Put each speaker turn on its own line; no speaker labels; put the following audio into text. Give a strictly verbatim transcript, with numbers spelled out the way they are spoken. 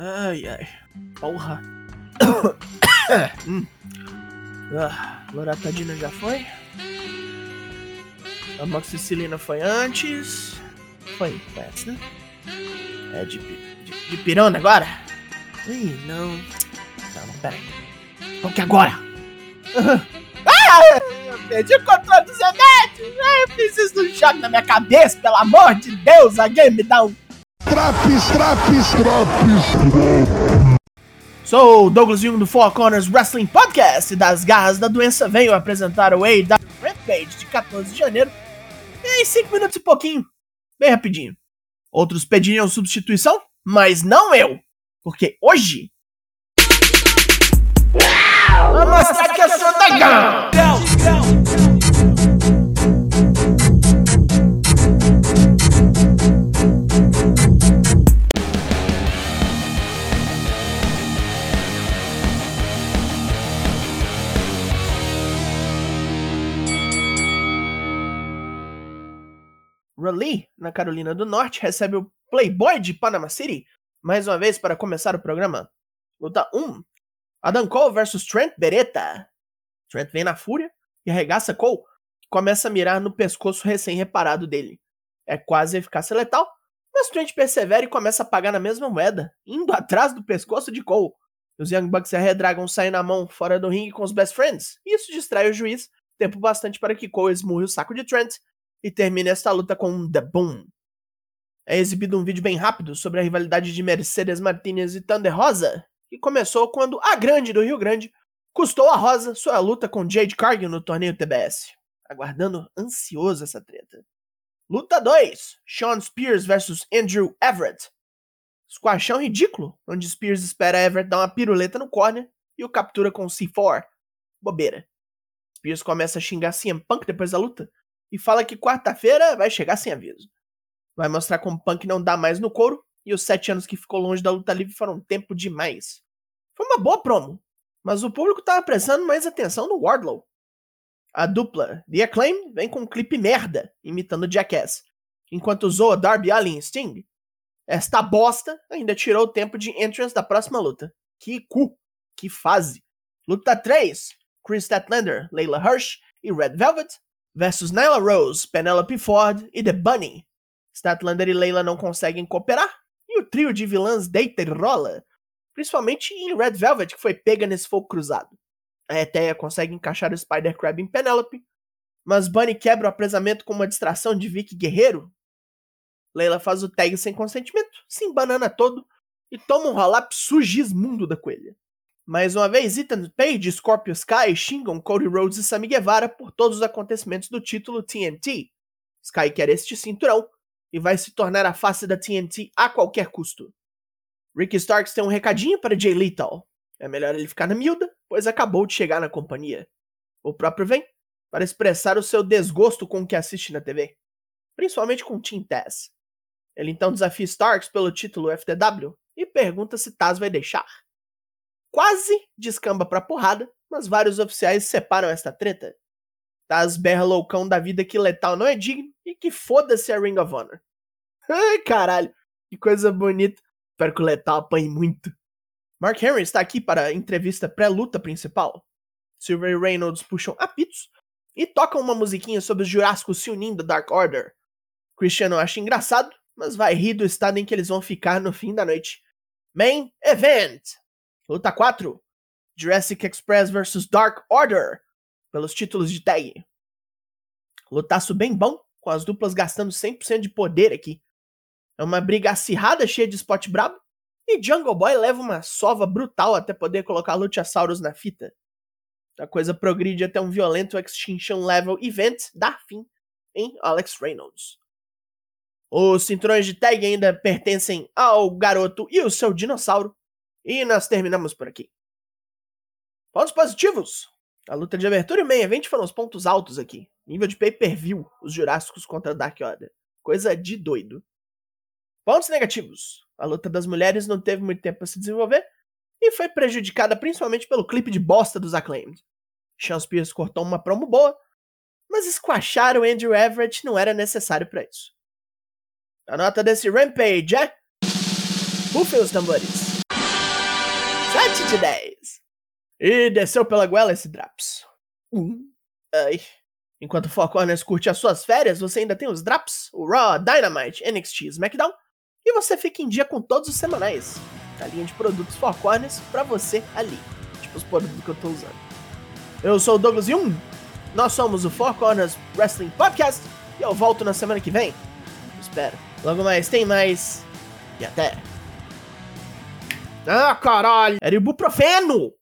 Ai, ai. Porra. hum. ah, Loratadina já foi. Amoxicilina foi antes. Foi, foi antes, né? É de, de, de pirona agora? Ih, não. Não, não, pera aí. Qual que é agora? Ah, eu perdi o controle dos remédios. Eu preciso de um choque na minha cabeça, pelo amor de Deus. Alguém me dá um...
Traps, traps, traps.
Sou o Douglas Jung do Four Corners Wrestling Podcast. Das garras da doença venho apresentar o A E W Rampage de quatorze de janeiro. Em cinco minutos e pouquinho. Bem rapidinho. Outros pediriam substituição, mas não eu. Porque hoje... Vou mostrar que eu sou Dagão! Raleigh, na Carolina do Norte, recebe o Playboy de Panama City, mais uma vez para começar o programa. Luta um. Adam Cole versus Trent Beretta. Trent vem na fúria e arregaça Cole, que começa a mirar no pescoço recém-reparado dele. É quase eficácia letal, mas Trent persevera e começa a pagar na mesma moeda, indo atrás do pescoço de Cole. Os Young Bucks e a Red Dragon saem na mão fora do ringue com os Best Friends, e isso distrai o juiz, tempo bastante para que Cole esmurre o saco de Trent e termine esta luta com um The Boom. É exibido um vídeo bem rápido sobre a rivalidade de Mercedes Martinez e Thunder Rosa, que começou quando a Grande do Rio Grande custou a Rosa sua luta com Jade Cargill no torneio T B S. Aguardando ansioso essa treta. Luta dois. Shawn Spears versus Andrew Everett. Squashão ridículo, onde Spears espera Everett dar uma piruleta no corner e o captura com C quatro. Bobeira. Spears começa a xingar C M Punk depois da luta e fala que quarta-feira vai chegar sem aviso. Vai mostrar como Punk não dá mais no couro e os sete anos que ficou longe da luta livre foram tempo demais. Foi uma boa promo, mas o público tava prestando mais atenção no Wardlow. A dupla The Acclaim vem com um clipe merda, imitando Jackass, enquanto usou a Darby Allin e Sting. Esta bosta ainda tirou o tempo de entrance da próxima luta. Que cu, que fase. Luta três. Chris Statlander, Layla Hirsch e Red Velvet versus Nyla Rose, Penelope Ford e The Bunny. Statlander e Layla não conseguem cooperar, e o trio de vilãs deita e rola, principalmente em Red Velvet, que foi pega nesse fogo cruzado. A Eteia consegue encaixar o Spider Crab em Penelope, mas Bunny quebra o apresamento com uma distração de Vicky Guerreiro. Layla faz o tag sem consentimento, se embanana todo e toma um roll-up sugismundo da coelha. Mais uma vez, Ethan Page e Scorpio Sky xingam Cody Rhodes e Sammy Guevara por todos os acontecimentos do título T N T. Sky quer este cinturão e vai se tornar a face da T N T a qualquer custo. Ricky Starks tem um recadinho para Jay Lethal. É melhor ele ficar na miúda, pois acabou de chegar na companhia. O próprio vem para expressar o seu desgosto com o que assiste na T V, principalmente com Team Taz. Ele então desafia Starks pelo título F T W e pergunta se Taz vai deixar. Quase descamba pra porrada, mas vários oficiais separam esta treta. Taz berra loucão da vida que Lethal não é digno e que foda-se a Ring of Honor. Ai, caralho, que coisa bonita. Espero que o Lethal apanhe muito. Mark Henry está aqui para a entrevista pré-luta principal. Silver e Reynolds puxam apitos e tocam uma musiquinha sobre os Jurássicos se unindo da Dark Order. Christian acha engraçado, mas vai rir do estado em que eles vão ficar no fim da noite. Main Event. Luta quatro. Jurassic Express versus Dark Order. Pelos títulos de tag. Lutaço bem bom, com as duplas gastando cem por cento de poder aqui. É uma briga acirrada, cheia de spot brabo, e Jungle Boy leva uma sova brutal até poder colocar Luchasaurus na fita. A coisa progride até um violento Extinction Level Event dar fim em Alex Reynolds. Os cinturões de tag ainda pertencem ao garoto e o seu dinossauro, e nós terminamos por aqui. Pontos positivos. A luta de abertura e main event foram os pontos altos aqui. Nível de pay-per-view, os Jurássicos contra Dark Order. Coisa de doido. Pontos negativos. A luta das mulheres não teve muito tempo para se desenvolver e foi prejudicada principalmente pelo clipe de bosta dos Acclaimed. Shawn Spears cortou uma promo boa, mas squashar o Andrew Everett não era necessário para isso. A nota desse Rampage é... Rufem os tambores. sete de dez. E desceu pela goela esse Drops. Um. Ai. Enquanto o Four Corners curte as suas férias, você ainda tem os Drops, o Raw, Dynamite, N X T e SmackDown, e você fica em dia com todos os semanais. A linha de produtos Four Corners pra você ali. Tipo os produtos que eu tô usando. Eu sou o Douglas Jung, nós somos o Four Corners Wrestling Podcast, e eu volto na semana que vem. Eu espero. Logo mais tem mais, e até. Ah, caralho! Era ibuprofeno!